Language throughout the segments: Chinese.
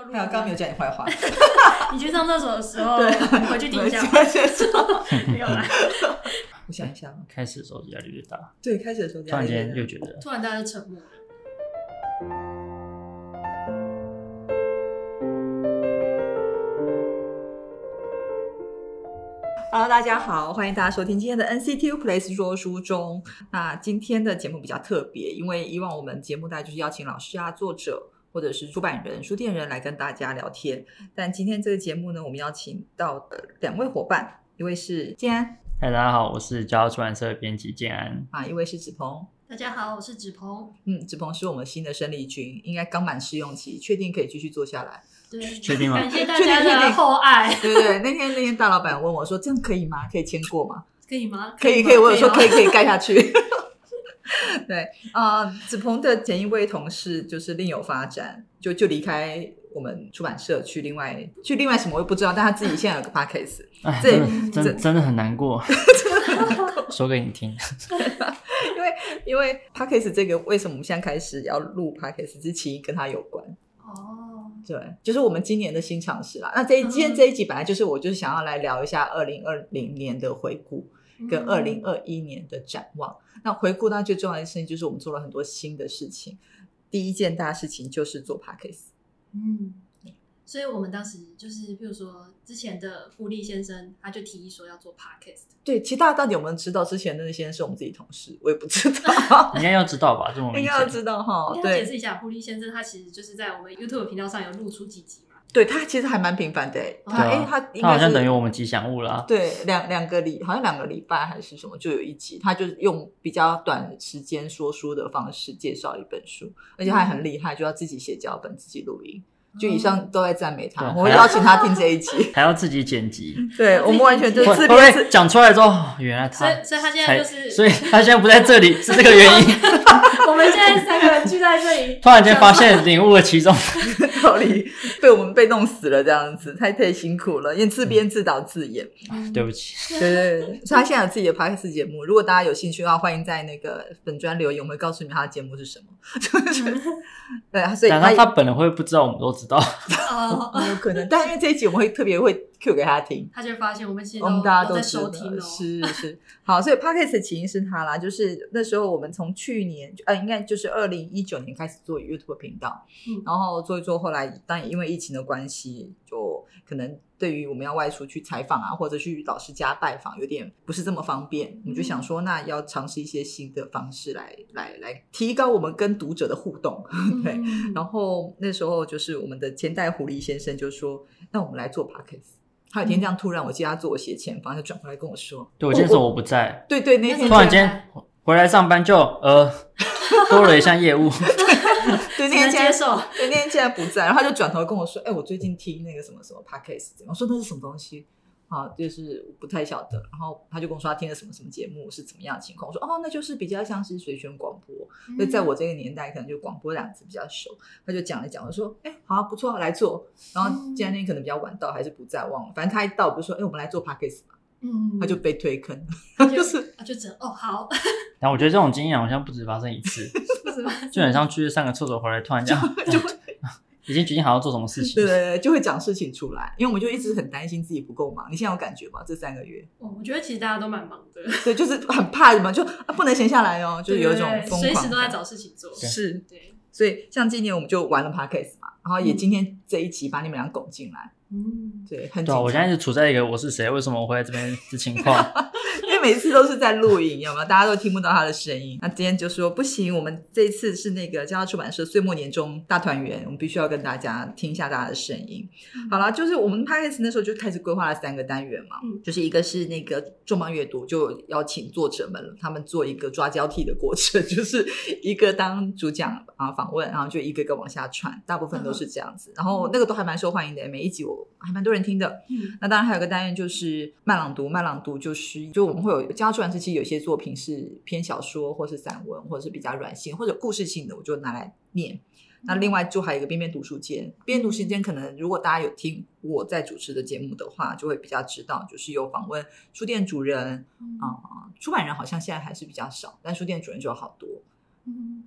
后还有刚刚没有讲你坏话你去上厕所的时候回去听一下没有啦我想一下， 开始的时候压力越大， 对，开始的时候突然间又觉得突然大家就沉默了。 Hello， 大家好，欢迎大家收听今天的 NCTU Place 说书中。那今天的节目比较特别，因为以往我们节目大概就是邀请老师啊、作者或者是出版人、书店人来跟大家聊天。但今天这个节目呢，我们邀请到的两位伙伴，一位是建安， 嗨，大家好，我是骄傲出版社的编辑建安啊，一位是芷鹏。 大家好，我是芷鹏。 芷鹏是我们新的生力军，应该刚满试用期，确定可以继续做下来。 对， 确定吗？ 感谢大家的厚爱。 对对对，那天大老板问我说：“这样可以吗？可以签过吗？” 可以吗？ 可以，我有说可以盖下去。对芷鹏的前一位同事就是另有发展，就离开我们出版社去另外什么我也不知道，但他自己现在有个 podcast， 真的很难过，说给你听。 因为 podcast 这个为什么我们现在开始要录 podcast， 是其一跟他有关。对，就是我们今年的新尝试啦。那今天这一集本来就是我就是想要来聊一下2020年的回顾跟2021年的展望。那回顾当然最重要的事情就是我们做了很多新的事情，第一件大事情就是做 podcast。 所以我们当时就是比如说之前的狐狸先生他就提议说要做 podcast。 对， 其实大家到底有没有知道之前的那些人是我们自己同事，我也不知道。 应该要知道吧，这么明显应该要知道哈。 对，解释一下，狐狸先生他其实就是在我们 YouTube 频道上有露出几集嘛。 对，他其实还蛮频繁的他好像等于我们吉祥物啦。 对，好像2个礼拜还是什么就有一集，他就用比较短时间说书的方式介绍一本书，而且他还很厉害，就要自己写脚本自己录音，就以上都在赞美他。我会邀请他听这一集， 还要自己剪辑。 对，我们完全就自编自讲出来之后，原来他所以他现在就是所以他现在不在这里是这个原因。 我们现在3个人聚在这里， 突然间发现领悟了其中道理，我们被弄死了这样子，太辛苦了，因为自编自导自演。 对不起。 对，所以他现在有自己的 podcast 节目，如果大家有兴趣的话，欢迎在那个本专留言，我们会告诉你们他的节目是什么。对，所以他本人会不知道，我们都知道。 有可能，但因为这一集我们会特别会 Q 给他听， 他就会发现我们其实大家都在收听是好，所以 podcast 起因是他啦，就是那时候我们从去年应该就是2019年开始做 YouTube 频道，然后做一做，后来当然因为疫情的关系，就可能对于我们要外出去采访啊，或者去老师家拜访有点不是这么方便，我们就想说那要尝试一些新的方式来提高我们跟读者的互动。对，然后那时候就是我们的前代狐狸先生就说那我们来做 podcast。他有一天这样突然我记得他坐我斜前方，他转过来跟我说， 对，我记得说我不在， 对，那天突然间回来上班就多了一项业务。 对，那天接受， 对，那天竟然不在，然后他就转头跟我说我最近听那个什么什么 podcast， 我说那是什么东西就是不太晓得，然后他就跟我说他听了什么什么节目是怎么样的情况，我说那就是比较像是随选广播，所以在我这个年代可能就广播2个字比较熟，他就讲了讲，我说好不错来做，然后今天那天可能比较晚到还是不在忘了，反正他一到我就说我们来做 podcast 嘛，他就被推坑， 就只好。 然后我觉得这种经验好像不止发生一次，就很像去上个厕所回来突然这样就已经决定好要做什么事情， 对，就会讲事情出来，因为我们就一直很担心自己不够忙。你现在有感觉吗？这3个月， 我觉得其实大家都蛮忙的， 对，就是很怕什么，就不能闲下来就是有一种疯狂， 随时都在找事情做， 是， 对。 所以像今年我们就玩了 podcast 嘛，然后也今天这一集把你们俩拱进来，对，很紧张。 我现在是处在一个我是谁，为什么我会在这边的情况。 因为每次都是在录影，有没有？大家都听不到他的声音。那今天就说不行，我们这一次是那个交大出版社岁末年终大团圆，我们必须要跟大家听一下大家的声音。好啦，就是我们 podcast 那时候就开始规划了3个单元嘛，就是一个是那个重磅阅读，就邀请作者们他们做一个抓交替的过程，就是一个当主讲访问，然后就一个个往下传，大部分都是这样子。然后那个都还蛮受欢迎的，每一集我还蛮多人听的。那当然还有个单元就是慢朗读，慢朗读就我们会有交大出版社，其实有些作品是偏小说或是散文，或者是比较软性或者故事性的，我就拿来念。那另外就还有一个边边读书间，边边读书间可能如果大家有听我在主持的节目的话，就会比较知道，就是有访问书店主人出版人好像现在还是比较少，但书店主人就有好多。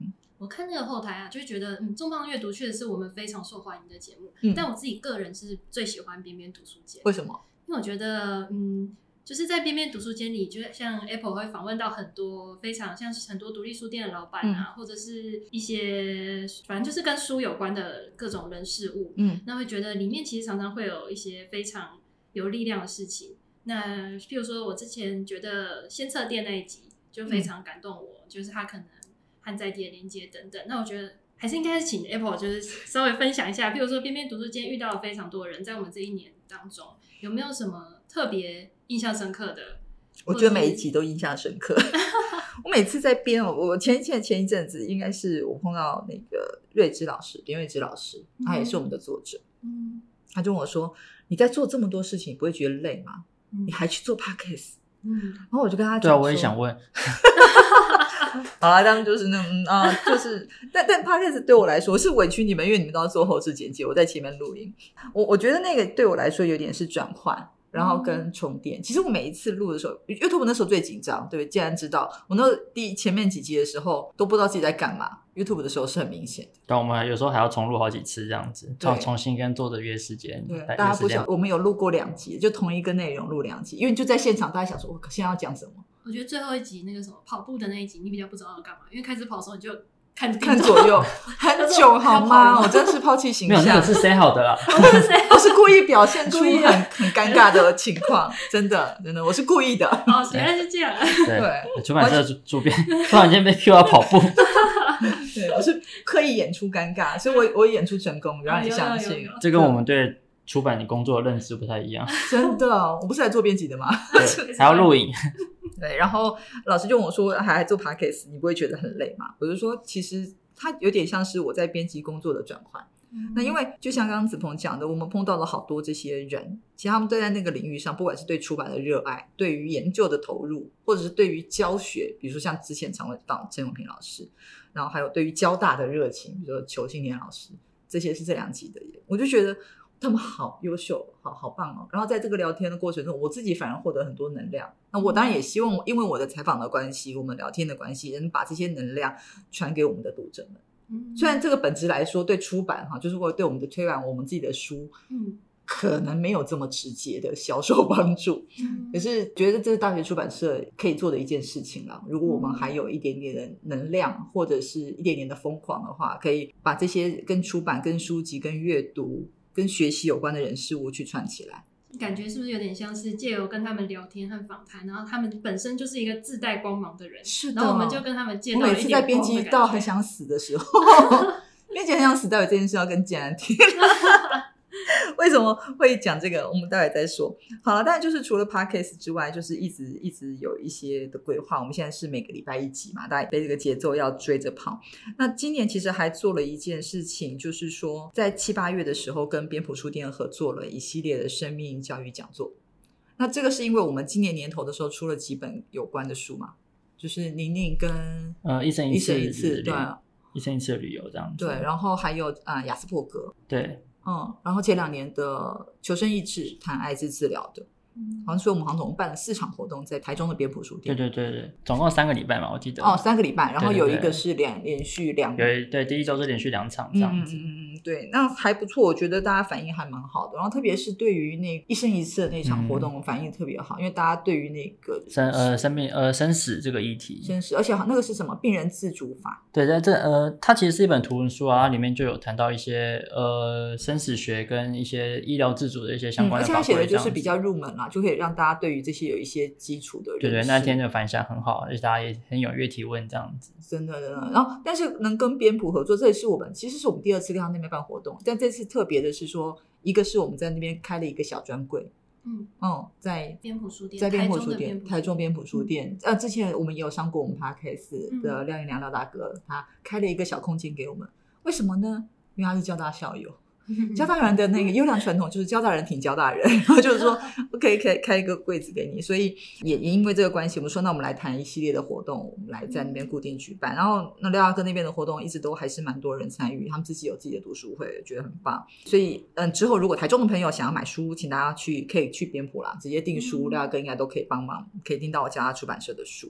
我看那个后台啊，就会觉得重磅阅读确实是我们非常受欢迎的节目，但我自己个人是最喜欢边边读书间。 为什么？ 因为我觉得就是在边边读书间里，就像 Apple 会访问到很多非常像很多独立书店的老板啊，或者是一些反正就是跟书有关的各种人事物，那会觉得里面其实常常会有一些非常有力量的事情。那譬如说我之前觉得先测店那一集就非常感动我，就是他可能和在地的连接等等。那我觉得还是应该请 Apple 就是稍微分享一下，譬如说边边读书间遇到了非常多人，在我们这一年当中有没有什么特别印象深刻的？ 我觉得每一集都印象深刻。我每次在编，我前一阵子应该是我碰到那个瑞芝老师，林瑞芝老师，他也是我们的作者。他就问我说：“你在做这么多事情，你不会觉得累吗？你还去做 podcast？” 然后我就跟他讲说：“对啊， 我也想问。” 好啦，他们就是那种就是但 podcast 对我来说是委屈你们，因为你们都要做后置剪辑，我在前面录音。我觉得那个对我来说有点是转换，然后跟充电。其实我每一次录的时候 YouTube 那时候最紧张，对不对？既然知道我那前面几集的时候都不知道自己在干嘛， YouTube 的时候是很明显的。 但我们有时候还要重录好几次这样子，重新跟作者约时间。 对，大家不晓得我们有录过2集，就同一个内容录2集，因为就在现场大家想说我现在要讲什么。 我觉得最后一集那个什么跑步的那一集你比较不知道要干嘛，因为开始跑的时候你就看左右很久好吗？我真的是抛弃形象。 没有，那个是谁好的啦？ 我是故意表现出很尴尬的情况，真的我是故意的。 哦，原来是这样。 对，出版社主编突然间被 Q 要跑步。 对，我是刻意演出尴尬，所以我演出成功，让你相信。 这跟我们对出版工作的认知不太一样。 真的，我不是来做编辑的吗？ 对，还要录影。 对，然后老师就问我说还做 podcast 你不会觉得很累吗？我就说其实它有点像是我在编辑工作的转换。那因为就像刚刚子鹏讲的，我们碰到了好多这些人，其实他们都在那个领域上，不管是对出版的热爱，对于研究的投入，或者是对于教学，比如说像之前常会到陈永平老师，然后还有对于交大的热情，比如说裘庆年老师，这些是这2集的耶。我就觉得他们好优秀，好棒哦。然后在这个聊天的过程中，我自己反而获得很多能量。那我当然也希望因为我的采访的关系，我们聊天的关系，能把这些能量传给我们的读者们。虽然这个本质来说对出版就是对我们的推广我们自己的书可能没有这么直接的销售帮助，可是觉得这是大学出版社可以做的一件事情啦。如果我们还有一点点的能量或者是一点点的疯狂的话，可以把这些跟出版跟书籍跟阅读跟学习有关的人事物去串起来。 感觉是不是有点像是借由跟他们聊天和访谈，然后他们本身就是一个自带光芒的人， 是的， 然后我们就跟他们借到了一点光的感觉。 我每次在编辑到很想死的时候编辑很想死，待会这件事要跟建安听为什么会讲这个我们待会再说。好了，当然就是除了 podcast 之外，就是一直有一些的规划。我们现在是每个礼拜1集嘛，大家被这个节奏要追着跑。那今年其实还做了一件事情，就是说在7、8月的时候跟边埔书店合作了一系列的生命教育讲座。那这个是因为我们今年年头的时候出了几本有关的书嘛，就是宁宁跟一生一次对， 一生一次的旅游这样子。 对，然后还有雅斯伯格， 对， 然后前2年的求生意志谈艾滋治疗的，好像所以我们好像总共办了4场活动在台中的边埔书店。 对，总共3个礼拜嘛，我记得。 3个礼拜，然后有一个是连续2， 对，第一周是连续2场这样子。 对，那还不错，我觉得大家反应还蛮好的。然后特别是对于那一生一次的那场活动，反应特别好，因为大家对于那个生死这个议题， 生死，而且那个是什么病人自主法？ 对，它其实是一本图文书啊，它里面就有谈到一些生死学跟一些医疗自主的一些相关的法规， 而且它写的就是比较入门啦，就可以让大家对于这些有一些基础的认识。 对，那天的反响很好，而且大家也很踊跃提问这样子。 真的。然后但是能跟边埔合作，这也是我们其实是我们第2次跟他那边办活动，但这次特别的是说，一个是我们在那边开了一个小专柜，在边埔书店， 在边埔书店，台中边埔书店。之前我们也有上过我们 podcast 的廖彦良廖大哥，他开了一个小空间给我们。为什么呢？因为他是交大校友。交大人的那个优良传统就是交大人挺交大人，然后就是说可以开一个柜子给你，所以也因为这个关系，我们说那我们来谈一系列的活动，我们来在那边固定举办。然后那廖大哥那边的活动一直都还是蛮多人参与，他们自己有自己的读书会，觉得很棒。所以之后如果台中的朋友想要买书，请大家可以去边埔啦，直接订书，廖大哥应该都可以帮忙，可以订到我交大出版社的书。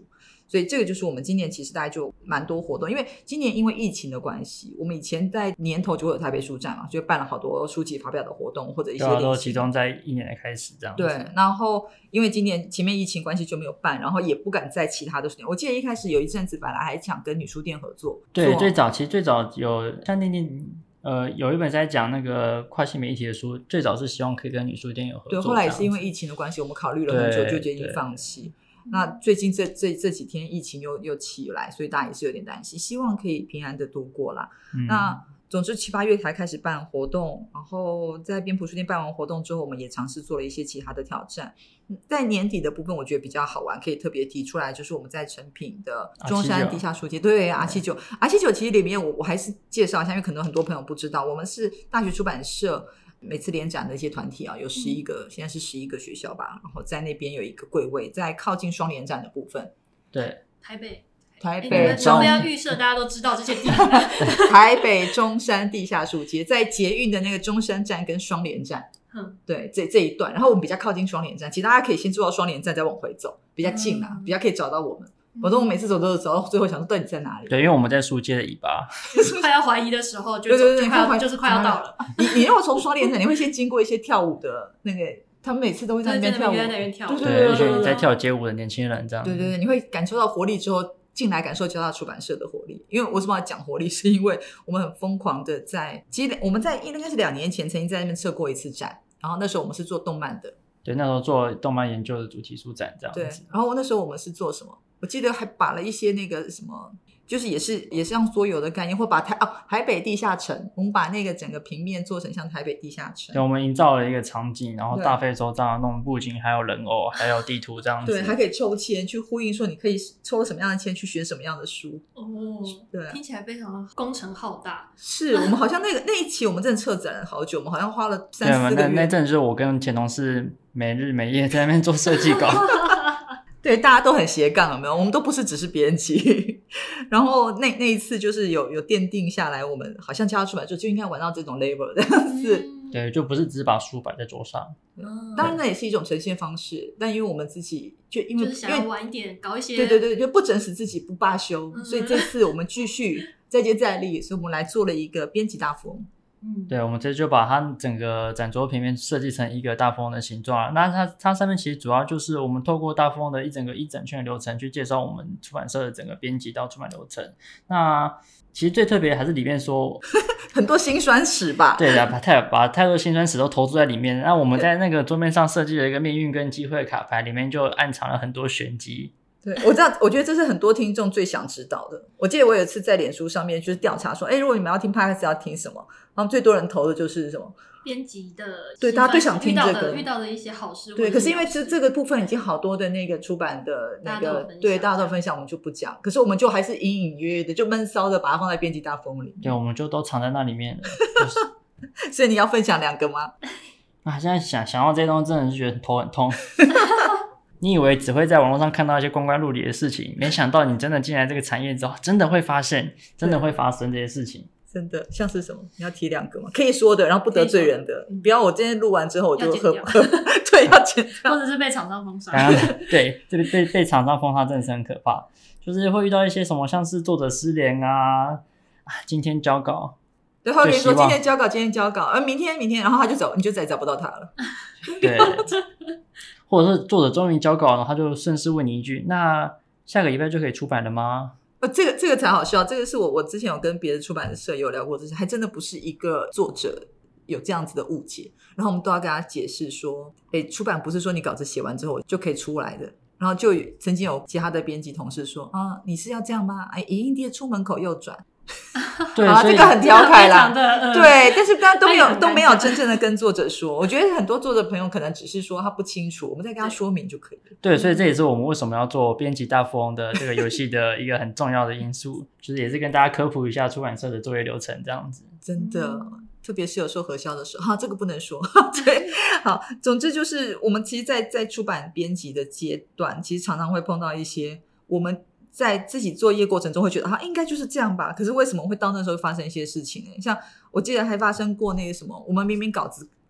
所以这个就是我们今年其实大概就蛮多活动，因为今年因为疫情的关系，我们以前在年头就会有台北书展嘛，就办了好多书籍发表的活动或者一些都集中在一年的开始这样子。 对，然后因为今年前面疫情关系就没有办，然后也不敢在其他的书店。我记得一开始有一阵子本来还想跟女书店合作， 对，最早有像有一本在讲那个跨性别议题的书，最早是希望可以跟女书店有合作。 对，后来也是因为疫情的关系，我们考虑了很久，就决定放弃。那最近这几天疫情又起来，所以大家也是有点担心，希望可以平安的度过啦。那总之7、8月才开始办活动，然后在边埔书店办完活动之后，我们也尝试做了一些其他的挑战。在年底的部分我觉得比较好玩，可以特别提出来，就是我们在诚品的中山地下书街，对 R79 其实里面我还是介绍一下，因为可能很多朋友不知道，我们是大学出版社每次联展的一些团体啊，有11个，现在是11个学校吧，然后在那边有一个柜位，在靠近双联展的部分。 对， 台北中不要预设大家都知道这些地方。 台北中山地下书街，在捷运的那个中山站跟双连站，对，这一段，然后我们比较靠近双连站，其实大家可以先坐到双连站再往回走，比较近啊，比较可以找到我们。否则我每次走都走到最后想说到底在哪里。 对，因为我们在书街的尾巴， 快要怀疑的时候就快要到了。 你如果从双连站，你会先经过一些跳舞的那个，他们每次都会在那边跳舞， 对，而且在跳街舞的年轻人这样。 对，你会感受到活力之后进来感受交大出版社的活力。因为为什么要讲活力，是因为我们很疯狂的其实我们在应该是2年前曾经在那边设过一次展，然后那时候我们是做动漫的， 对，那时候做动漫研究的主题书展这样子。 对，然后那时候我们是做什么，我记得还把了一些那个什么，就是也是像桌游的概念，或把台北地下城，我们把那个整个平面做成像台北地下城。 对，我们营造了一个场景，然后大费周章的弄布景，还有人偶，还有地图这样子。 对，还可以抽签去呼应说你可以抽什么样的签去选什么样的书。对， 听起来非常工程浩大。 是我们好像那一期我们真的策展了好久，我们好像花了3-4个月。 那阵就是我跟前同事没日没夜在那边做设计稿。 对，大家都很斜杠，有没有？我们都不是只是编辑。然后那一次就是有奠定下来，我们好像交大出版社就应该玩到这种 level 这样子。 对，就不是只是把书摆在桌上。 当然那也是一种呈现方式，但因为我们自己就是想要晚一点搞一些， 对，就不整死自己不罢休，所以这次我们继续再接再厉，所以我们来做了一个编辑大富翁。 对，我们这就把它整个展桌平面设计成一个大富翁的形状。那它上面其实主要就是我们透过大富翁的一整圈的流程去介绍我们出版社的整个编辑到出版流程。那其实最特别还是里面说很多辛酸史吧。 对的，把太多辛酸史都投注在里面。那我们在那个桌面上设计了一个命运跟机会的卡牌，里面就暗藏了很多玄机。 对，我知道，我觉得这是很多听众最想知道的。我记得我有一次在脸书上面就是调查说，如果你们要听 Podcast 要听什么，然后最多人投的就是什么编辑的， 对，大家最想听这个遇到的一些好事。 对，可是因为这个部分已经好多的那个出版的那个对大家都分享，我们就不讲。可是我们就还是隐隐约约的就闷骚的把它放在编辑大风里面。 对，我们就都藏在那里面了。就是所以你要分享2个吗？ 现在想到这些东西真的是觉得头很痛。你以为只会在网络上看到一些光怪陆离的事情，没想到你真的进来这个产业之后，真的会发生这些事情。 真的像是什么？你要提2个吗？可以说的，然后不得罪人的，不要我今天录完之后我就对，要剪掉， 或者是被厂商封杀。 对，这被厂商封杀真的是很可怕，就是会遇到一些什么像是作者失联啊，今天交稿。 对，他会跟你说今天交稿，明天，然后他就走，你就再也找不到他了。 对，或者是作者终于交稿了，他就顺势问你一句：“那下个礼拜就可以出版了吗？” 这个才好笑，这个是我之前有跟别的出版社有聊过，这还真的不是一个作者有这样子的误解，然后我们都要跟他解释说，出版不是说你稿子写完之后就可以出来的。然后就曾经有其他的编辑同事说你是要这样吗？影印店出门口右转。 对， 这个很调侃啦， 对， 但是大家都没有真正的跟作者说。我觉得很多作者朋友可能只是说他不清楚，我们再跟他说明就可以了。 对，所以这也是我们为什么要做编辑大富翁的这个游戏的一个很重要的因素，就是也是跟大家科普一下出版社的作业流程这样子。 真的，特别是有时候核销的时候，这个不能说。对，好，总之就是我们其实在出版编辑的阶段，其实常常会碰到一些我们在自己作业过程中会觉得应该就是这样吧，可是为什么会到那时候发生一些事情呢？像我记得还发生过那个什么，我们明明稿子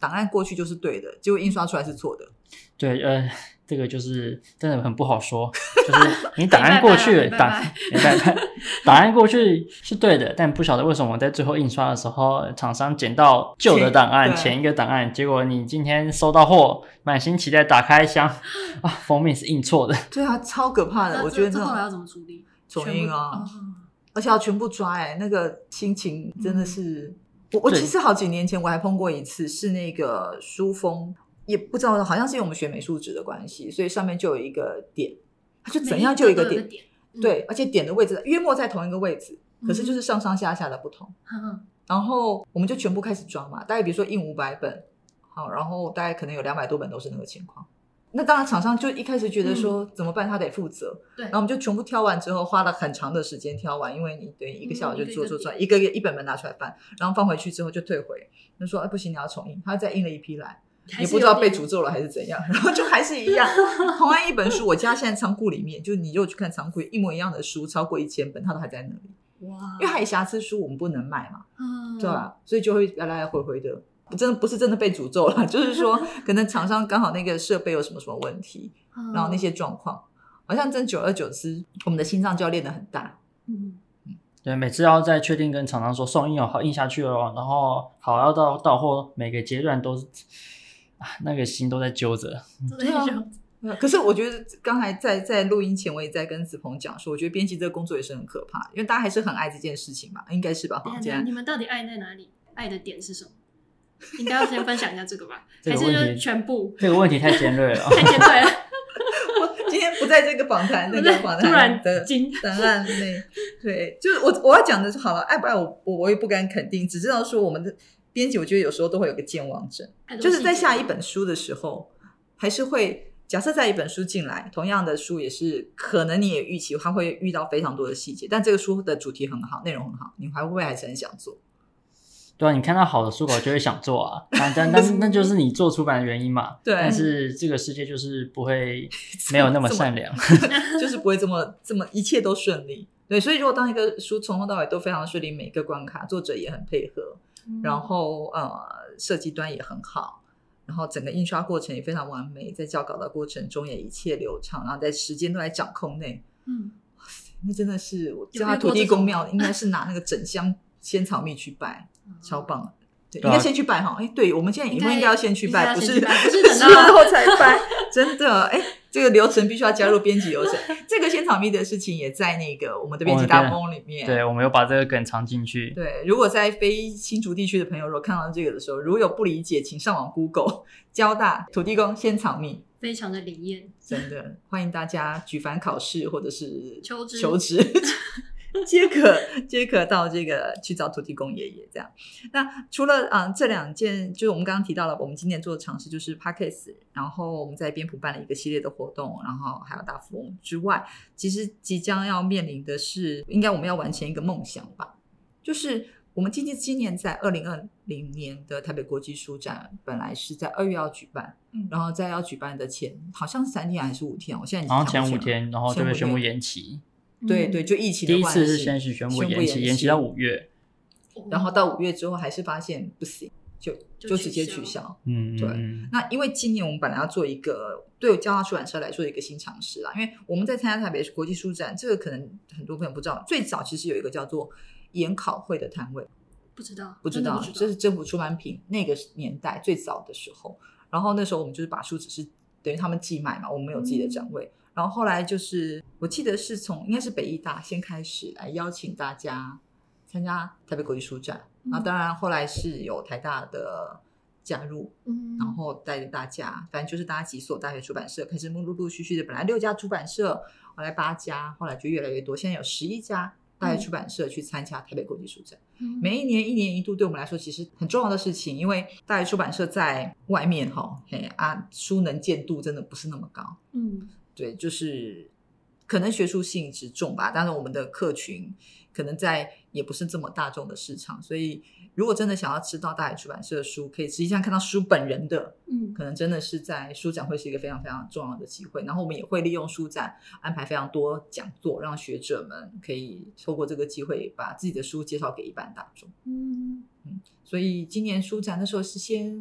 档案过去就是对的，结果印刷出来是错的。 对，这个就是真的很不好说，就是你档案过去，档案过去是对的，但不晓得为什么在最后印刷的时候，厂商捡到旧的档案，前一个档案，结果你今天收到货，满心期待打开箱，啊，封面是印错的。 对啊，超可怕的。我觉得这后来要怎么处理？ 重印啊，而且要全部抓那个心情真的是。我其实好几年前我还碰过一次，是那个书封。也不知道，好像是因为我们学美术史的关系，所以上面就有一个点，它就怎样就有一个点，对，而且点的位置约莫在同一个位置，可是就是上上下下的不同。然后我们就全部开始抓嘛，大概比如说印500本，好，然后大概可能有200多本都是那个情况。那当然厂商就一开始觉得说怎么办，他得负责，然后我们就全部挑完之后花了很长的时间挑完，因为你对1个下午就做一本本拿出来翻，然后放回去之后就退回，就说不行，你要重印，他再印了一批来，也不知道被诅咒了还是怎样，然后就还是一样。同样一本书，我家现在仓库里面，就你如果去看仓库，一模一样的书超过1000本，它都还在那里。哇！因为还有瑕疵书，我们不能卖嘛，对吧？所以就会来来回回的，真的不是真的被诅咒了，就是说可能厂商刚好那个设备有什么问题，然后那些状况，好像真久而久之，我们的心脏就要练得很大。 对，每次要再确定跟厂商说送印好印下去了，然后好要到货，每个阶段都是。那个心都在揪着。 可是我觉得刚才在录音前我也在跟子鹏讲说，我觉得编辑这个工作也是很可怕，因为大家还是很爱这件事情嘛，应该是吧？ 你们到底爱在哪里？爱的点是什么？应该要先分享一下这个吧。还是就是全部？ 这个问题太尖锐了。 太尖锐了。 我今天不在这个访谈的档案内。对，就是我要讲的是，好了，爱不爱我也不敢肯定，只知道说我们的编辑我觉得有时候都会有个健忘症，就是在下一本书的时候还是会假设在一本书进来，同样的书也是可能你也预期它会遇到非常多的细节，但这个书的主题很好，内容很好，你会不会还是很想做？ 对啊，你看到好的书稿就会想做啊，但那就是你做出版的原因嘛。对，但是这个世界就是不会没有那么善良， 就是不会这么一切都顺利。对，所以如果当一个书从头到尾都非常顺利，每个关卡作者也很配合，然后设计端也很好，然后整个印刷过程也非常完美，在校稿的过程中也一切流畅，然后在时间都在掌控内。哇塞，那真的是我叫他土地公庙应该是拿那个整箱仙草蜜去拜，超棒。对，应该先去拜哈。对，我们现在以后应该要先去拜，不是等到后才拜。真的，这个流程必须要加入编辑流程。这个仙草蜜的事情也在那个我们的编辑大风里面。 对，我们有把这个梗藏进去。 对，如果在非新竹地区的朋友如果看到这个的时候，如果有不理解，请上网 Google 交大土地公仙草蜜， 非常的灵验， 真的欢迎大家举凡考试或者是求职皆可到这个去找土地公爷爷这样。那除了这2件，就是我们刚刚提到了，我们今年做的尝试就是 Podcast， 然后我们在编谱办了一个系列的活动，然后还有大富翁之外，其实即将要面临的是，应该我们要完成一个梦想吧，就是我们今年在2020年的台北国际书展本来是在2月要举办，然后在要举办的前好像是3天还是5天，我现在好像前5天，然后就被宣布延期。 对对，就疫情的关系， 第一次是先是宣布延期到5月， 然后到5月之后还是发现不行，就直接取消。对。那因为今年我们本来要做一个对交大出版社来说一个新尝试啦，因为我们在参加台北国际书展，这个可能很多朋友不知道，最早其实有一个叫做研考会的摊位，不知道，这是政府出版品那个年代最早的时候，然后那时候我们就是把书只是等于他们寄卖嘛，我们没有自己的展位。然后后来就是我记得是从应该是北艺大先开始来邀请大家参加台北国际书展，那当然后来是有台大的加入，然后带着大家，反正就是大家几所大学出版社开始陆陆续续的，本来6家出版社，后来8家，后来就越来越多，现在有11家大学出版社去参加台北国际书展。每一年一年一度对我们来说其实很重要的事情，因为大学出版社在外面书能见度真的不是那么高。对，就是可能学术性质重吧，但是我们的客群可能在也不是这么大众的市场，所以如果真的想要知道大学出版社的书，可以实际上看到书本人的，可能真的是在书展会是一个非常非常重要的机会。然后我们也会利用书展安排非常多讲座，让学者们可以透过这个机会把自己的书介绍给一般大众。所以今年书展的时候是先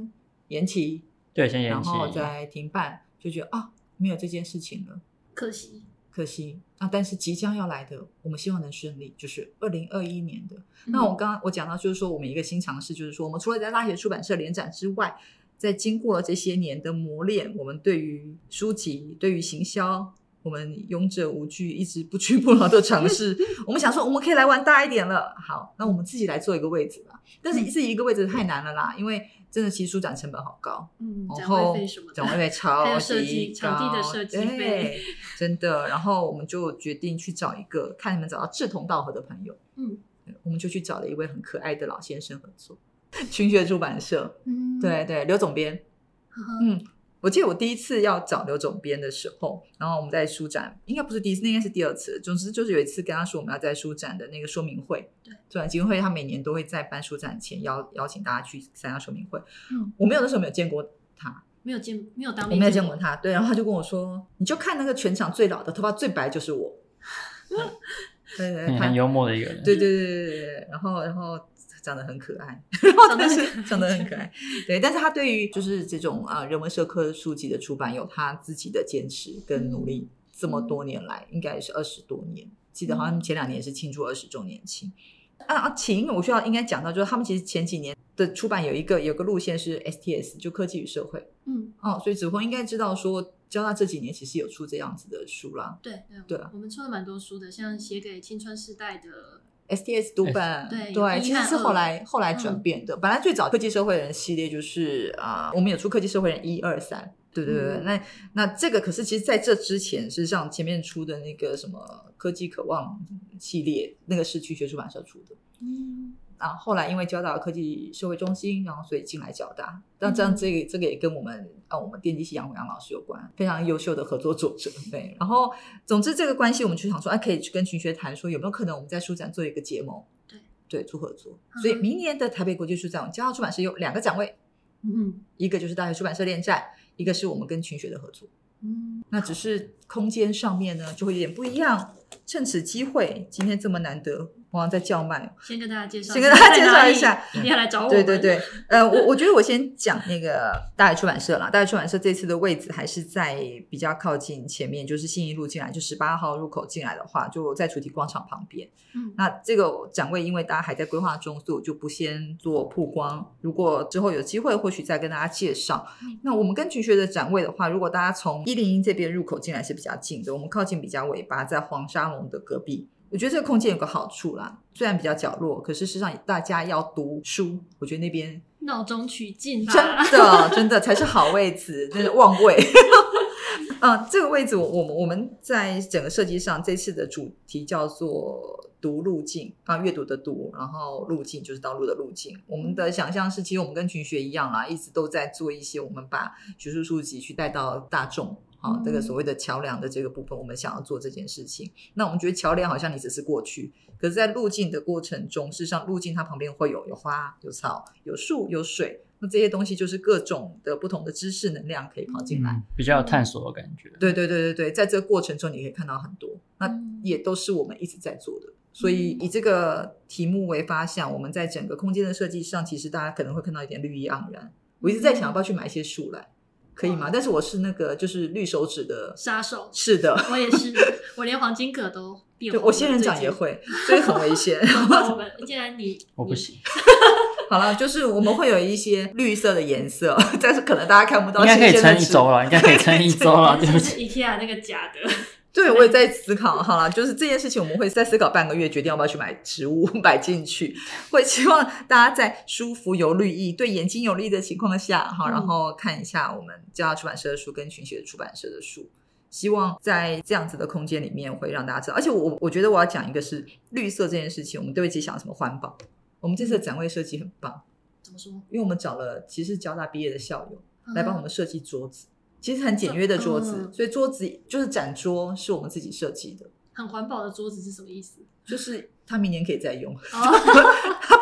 延期， 对，先延期， 然后再停办，就觉得没有这件事情了， 可惜但是即将要来的，我们希望能顺利，就是2021年的。那我讲到就是说，我们一个新尝试，就是说我们除了在大学出版社联展之外，在经过了这些年的磨练，我们对于书籍、对于行销，我们勇者无惧，一直不屈不挠的尝试。我们想说，我们可以来玩大一点了。好，那我们自己来做一个位置吧。但是自己一个位置太难了啦，因为真的其实书展成本好高， 展会费什么的， 展会费超级高， 还有设计场地的设计费， 真的。然后我们就决定去找一个，看你们找到志同道合的朋友。我们就去找了一位很可爱的老先生合作，群学出版社，对，刘总编，我记得我第一次要找刘总编的时候，然后我们在书展，应该不是第一次，那应该是第二次。总之就是有一次跟他说我们要在书展的那个说明会，对，出版基金会他每年都会在办书展前邀请大家去参加说明会。我那时候没有见过他， 没有当面， 我没有见过他，对，然后他就跟我说，你就看那个全场最老的，头发最白就是我。对， 很幽默的一个人， 对，然后长得很可爱，长得很可爱，对，但是他对于就是这种人文社科书籍的出版有他自己的坚持跟努力，这么多年来应该也是20多年，记得好像前2年是庆祝20周年庆。秦我需要应该讲到，就是他们其实前几年的出版有个路线是 STS， 就科技与社会，所以子峰应该知道说交大这几年其实有出这样子的书啦。 对，我们出了蛮多书的，像写给青春世代的 STS 读本，对，其实是后来转变的。本来最早科技社会人系列就是我们有出科技社会人1、2、3，对，那这个可是其实在这之前，事实上前面出的那个什么科技渴望系列，那个是群学出版社出的。后来因为交大科技社会中心，然后所以进来交大。但这样这个也跟我们电机系杨老师有关，非常优秀的合作作者。对，然后总之这个关系我们就想说，可以去跟群学谈说有没有可能我们在书展做一个结盟，对，做合作。所以明年的台北国际书展，我们交大出版社有2个展位，一个就是大学出版社联展，一个是我们跟群学的合作。那只是空间上面呢就会有点不一样。趁此机会，今天这么难得，我好像在叫卖， 先跟大家介绍一下， 一定要来找我们。 对，我觉得我先讲那个大学出版社啦。大学出版社这次的位置还是在比较靠近前面，就是信义路进来，就18号入口进来的话，就在主题广场旁边。那这个展位因为大家还在规划中，所以我就不先做曝光。如果之后有机会，或许再跟大家介绍。那我们跟群学的展位的话，如果大家从101这边入口进来是比较近的，我们靠近比较尾巴，在黄沙龙的隔壁。我觉得这个空间有个好处啦，虽然比较角落，可是事实上大家要读书，我觉得那边闹中取静啦， 真的才是好位置，真的旺位。这个位置我们在整个设计上，这次的主题叫做读路径阅读的读，然后路径就是道路的路径。我们的想象是，其实我们跟群学一样啦，一直都在做一些我们把学术书籍去带到大众。这个所谓的桥梁的这个部分，我们想要做这件事情。那我们觉得桥梁好像你只是过去，可是在路径的过程中，事实上路径它旁边会有花、有草、有树、有水，那这些东西就是各种的不同的知识能量可以跑进来， 比较有探索的感觉。 对，在这个过程中你可以看到很多，那也都是我们一直在做的。所以以这个题目为发想，我们在整个空间的设计上，其实大家可能会看到一点绿意盎然。我一直在想要不要去买一些树来，可以吗？但是我是那个就是绿手指的杀手， 是的， 我也是，我连黄金葛都变红了。 我仙人掌也会，所以很危险。 我们既然我不行。 好了，就是我们会有一些绿色的颜色，但是可能大家看不到。 应该可以撑1周了，应该可以撑1周了，对不起。 IKEA 那个假的。 对，我也在思考。好了，就是这件事情我们会再思考半个月，决定要不要去买植物摆进去。会希望大家在舒服有绿意、对眼睛有利的情况下，然后看一下我们交大出版社的书跟群学出版社的书。希望在这样子的空间里面会让大家知道。而且我觉得我要讲一个是绿色这件事情，我们都会一起想什么环保。我们这次的展位设计很棒， 怎么说？ 因为我们找了其实交大毕业的校友来帮我们设计桌子。其实很简约的桌子，所以桌子就是展桌是我们自己设计的。 很环保的桌子是什么意思？ 就是他明年可以再用。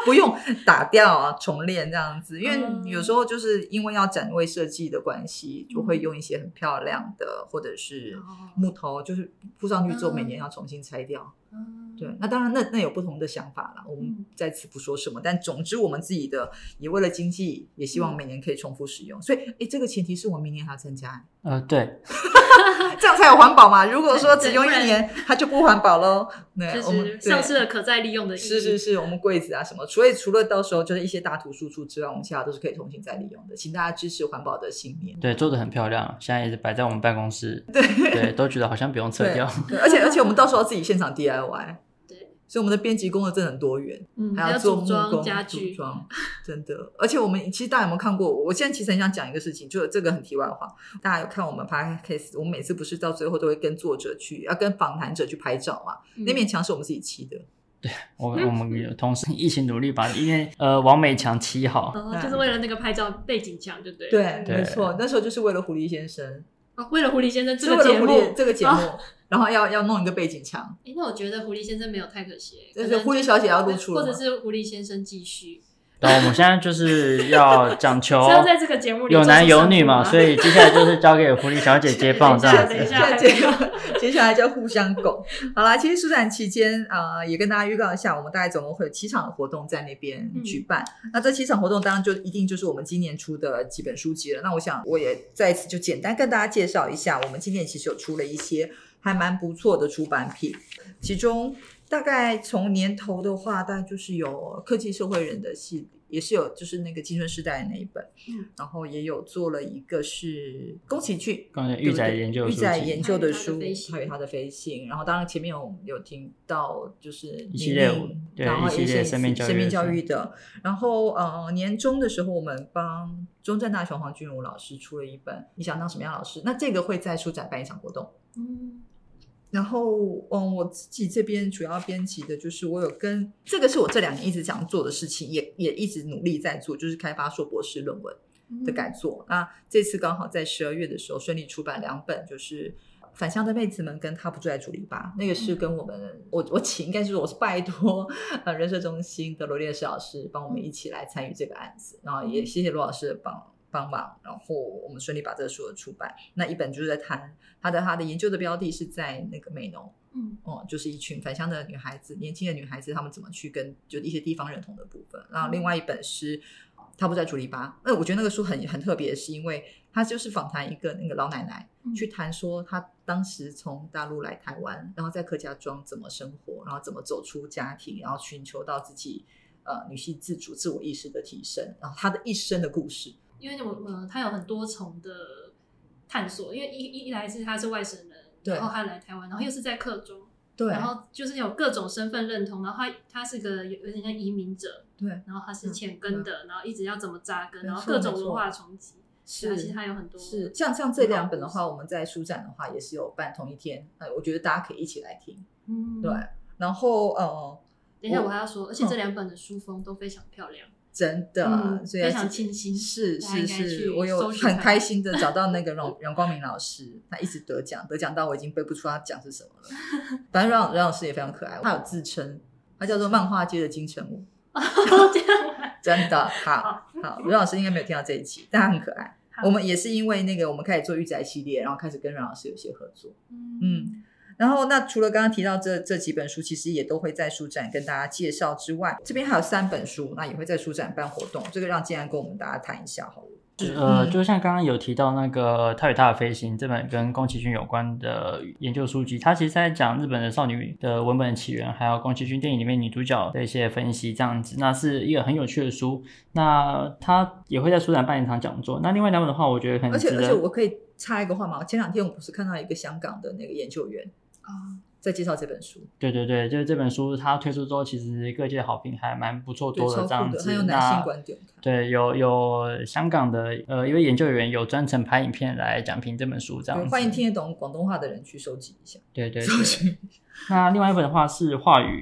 不用打掉啊重练这样子，因为有时候就是因为要展位设计的关系，就会用一些很漂亮的或者是木头，就是铺上去之后每年要重新拆掉。对，那当然那有不同的想法啦，我们在此不说什么，但总之我们自己的也为了经济，也希望每年可以重复使用，所以这个前提是我们明年还要增加。 对， 这样才有环保嘛。如果说只用1年，它就不环保咯。对， 就是丧失了可再利用的意义。 是，我们柜子啊什么，除了到时候就是一些大图输出之外，我们其他都是可以重新再利用的。请大家支持环保的信念。对， 做得很漂亮，现在也是摆在我们办公室。对，都觉得好像不用撤掉。 对，而且我们到时候自己现场 DIY。所以我们的编辑工作真的很多元，还要做木工、 家具、 组装，真的。而且我们其实大家有没有看过？我现在其实很想讲一个事情，就这个很题外话。大家有看我们 podcast， 我们每次不是到最后都会跟作者要跟访谈者去拍照嘛？那面墙是我们自己漆的。 对，我们有同事一起努力把一面完美墙漆好， 就是为了那个拍照背景墙，就对。 对，没错，那时候就是为了狐狸先生。 为了狐狸先生这个节目， 然后要弄一个背景墙。 那我觉得狐狸先生没有太可惜， 就是狐狸小姐要露出了， 或者是狐狸先生继续。 然后我们现在就是要讲求要在这个节目里有男有女嘛，所以接下来就是交给狐狸小姐接棒这样子。 等一下， 接下来就互相拱。好啦，其实书展期间也跟大家预告一下，我们大概总共会有7场的活动在那边举办。那这7场活动当然就一定就是我们今年出的几本书籍了。那我想我也在此就简单跟大家介绍一下，我们今年其实有出了一些还蛮不错的出版品，其中大概从年头的话，大概就是有科技社会人的系列，也是有就是那个青春时代的那一本，然后也有做了一个是宫崎骏御宅研究的书，还有他的飞行，然后当然前面有听到就是一系列然后一系列生命教育的，然后年终的时候我们帮中正大学黄君如老师出了一本你想当什么样老师，那这个会在书展办一场活动。然后我自己这边主要编辑的就是我有跟这个是我这2年一直想做的事情，也一直努力在做，就是开发硕博士论文的改作。那这次刚好在12月的时候顺利出版2本，就是返乡的妹子们跟他不住在竹篱笆，那个是跟我们我请应该是我是拜托人社中心的罗列士老师帮我们一起来参与这个案子，然后也谢谢罗老师的帮忙，然后我们顺利把这个书出版。那一本就是在谈他的研究的标的是在那个美浓，就是一群返乡的女孩子，年轻的女孩子，她们怎么去跟就一些地方认同的部分。然后另外一本是他不在竹篱笆，我觉得那个书很特别，是因为他就是访谈一个那个老奶奶，去谈说她当时从大陆来台湾，然后在客家庄怎么生活，然后怎么走出家庭，然后寻求到自己女性自主自我意识的提升，然后她的一生的故事。 因为他有很多重的探索，因为一来是他是外省人，然后他来台湾，然后又是在客庄，对，然后就是有各种身份认同，然后他是个有点像移民者，对，然后他是浅根的，然后一直要怎么扎根，然后各种文化冲击，是其实他有很多是像这2本的话，我们在书展的话也是有办同一天，我觉得大家可以一起来听，对，然后等一下我还要说，而且这2本的书封都非常漂亮。 真的，所以非常清新， 是，我有很开心的找到那个阮光明老师，他一直得奖到我已经背不出他奖是什么了。反正阮老师也非常可爱，他有自称，他叫做漫画界的金城武。真的好，阮老师应该没有听到这一期，但他很可爱。我们也是因为那个我们开始做御宅系列，然后开始跟阮老师有些合作。然后那除了刚刚提到这几本书其实也都会在书展跟大家介绍之外，这边还有3本书，那也会在书展办活动，这个让建安跟我们大家谈一下好了。 就像刚刚有提到那个他与他的飞行这本跟宫崎骏有关的研究书籍，它其实在讲日本的少女的文本的起源，还有宫崎骏电影里面女主角的一些分析这样子，那是一个很有趣的书。那它也会在书展办一场讲座。那另外2本的话我觉得很值得， 而且我可以插一个话吗？前2天我不是看到一个香港的那个研究员在介绍这本书。对， 就是这本书它推出之后，其实各界好评还蛮不错多的这样子。 很有男性观点。 对，有香港的一位研究员有专程拍影片来讲评这本书这样子。 欢迎听得懂广东话的人去收集一下。 对。那另外一本的话是话语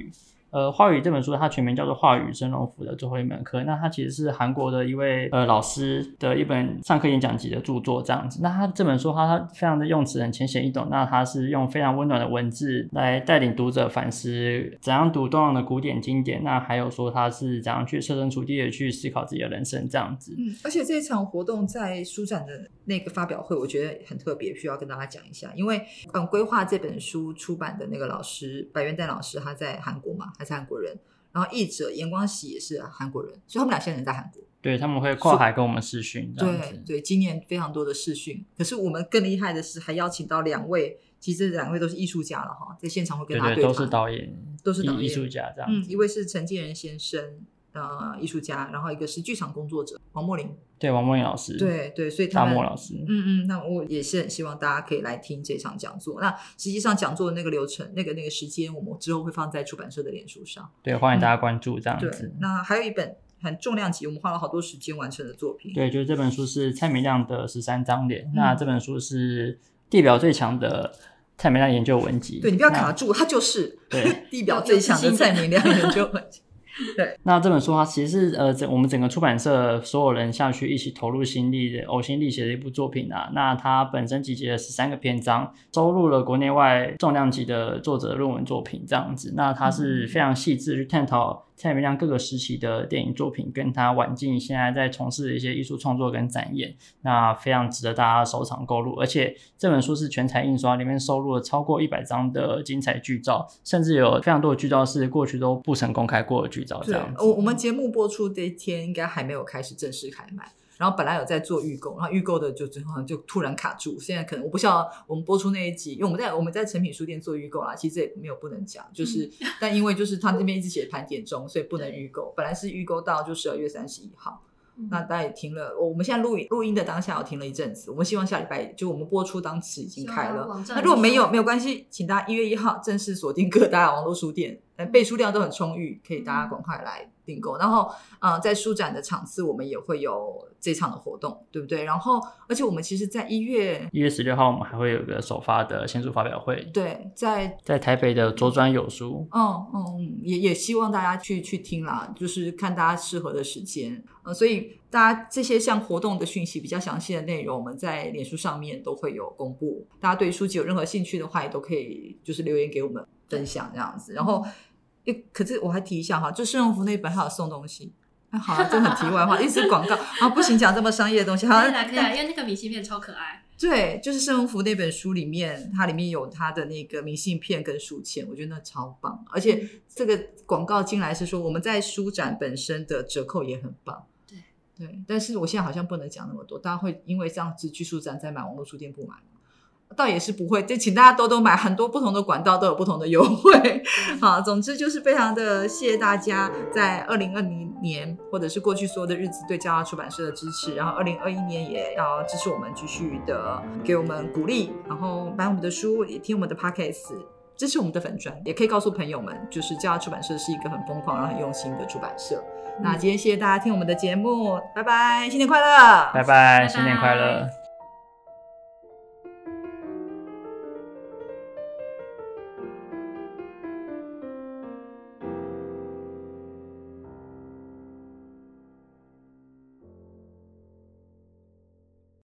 话语这本书它全名叫做《话语生龙府》的最后一门课，那它其实是韩国的一位老师的一本上课演讲集的著作这样子。那他这本书它非常的用词很浅显易懂，那它是用非常温暖的文字来带领读者反思怎样读东洋的古典经典，那还有说他是怎样去设身处地的去思考自己的人生这样子。 而且这一场活动在书展的那个发表会我觉得很特别，需要跟大家讲一下，因为规划这本书出版的那个老师白元旦老师他在韩国嘛，他是韩国人，然后译者严光喜也是韩国人，所以他们俩现在人在韩国， 对，他们会跨海跟我们视讯这样子。 对，今年非常多的视讯，可是我们更厉害的是还邀请到2位，其实这2位都是艺术家了哈，在现场会跟他对谈， 都是导演， 都是导演艺术家这样子。 一位是陈建仁先生艺术家，然后一个是剧场工作者王墨林， 对，王墨林老师， 对，所以他们大墨老师， 那我也是很希望大家可以来听这场讲座。那实际上讲座的那个流程，那个时间，我们之后会放在出版社的脸书上， 对，欢迎大家关注这样子。 对，那还有一本很重量级，我们花了好多时间完成的作品， 对，就是这本书是蔡明亮的13章联，那这本书是地表最强的蔡明亮研究文集。 对，你不要卡住，它就是对地表最强的蔡明亮研究文集。对， 那这本书它其实是我们整个出版社所有人下去一起投入心力的呕心沥血的一部作品啊。那它本身集结了13个篇章，收录了国内外重量级的作者论文作品这样子。那它是非常细致去探讨蔡明亮各个时期的电影作品，跟他晚近现在在从事的一些艺术创作跟展演，那非常值得大家收藏购入。而且这本书是全彩印刷，里面收录了超过100张的精彩剧照，甚至有非常多的剧照是过去都不曾公开过的剧照这样子。 我们节目播出这一天应该还没有开始正式开卖，然后本来有在做预购，然后预购的就突然卡住，现在可能我不晓得我们播出那一集，因为我们在诚品书店做预购啦，其实也没有不能讲，就是但因为就是他这边一直写盘点中，所以不能预购，本来是预购到就12月31号。那大家也停了，我们现在录音的当下我停了一阵子，我们希望下礼拜就我们播出当时已经开了，那如果没有关系，请大家1月1号正式锁定各大网络书店，备书量都很充裕，可以大家赶快来订购。然后在书展的场次我们也会有这场的活动，对不对？然后而且我们其实在1月 16号我们还会有一个首发的新书发表会，对，在台北的左转有书， 也希望大家去听啦，就是看大家适合的时间，所以大家这些像活动的讯息比较详细的内容我们在脸书上面都会有公布，大家对书籍有任何兴趣的话也都可以就是留言给我们分享这样子。然后可是我还提一下哈，就盛荣福那本还有送东西，好啊，这很题外话，一直广告啊，不行，讲这么商业的东西，好， 可以啦，因为那个明信片超可爱。 对，就是盛荣福那本书里面，它里面有它的那个明信片跟书签，我觉得那超棒，而且这个广告进来是说我们在书展本身的折扣也很棒。对，但是我现在好像不能讲那么多，大家会因为这样子去书展再买网络书店不买吗？倒也是不会，就请大家都买，很多不同的管道都有不同的优惠。好，总之就是非常的谢谢大家在2020年或者是过去所有的日子对交大出版社的支持，然后2021年也要支持我们，继续的给我们鼓励，然后买我们的书，也听我们的 podcast， 支持我们的粉专，也可以告诉朋友们，就是交大出版社是一个很疯狂然后很用心的出版社。那今天谢谢大家听我们的节目，拜拜，新年快乐， 拜拜，新年快乐。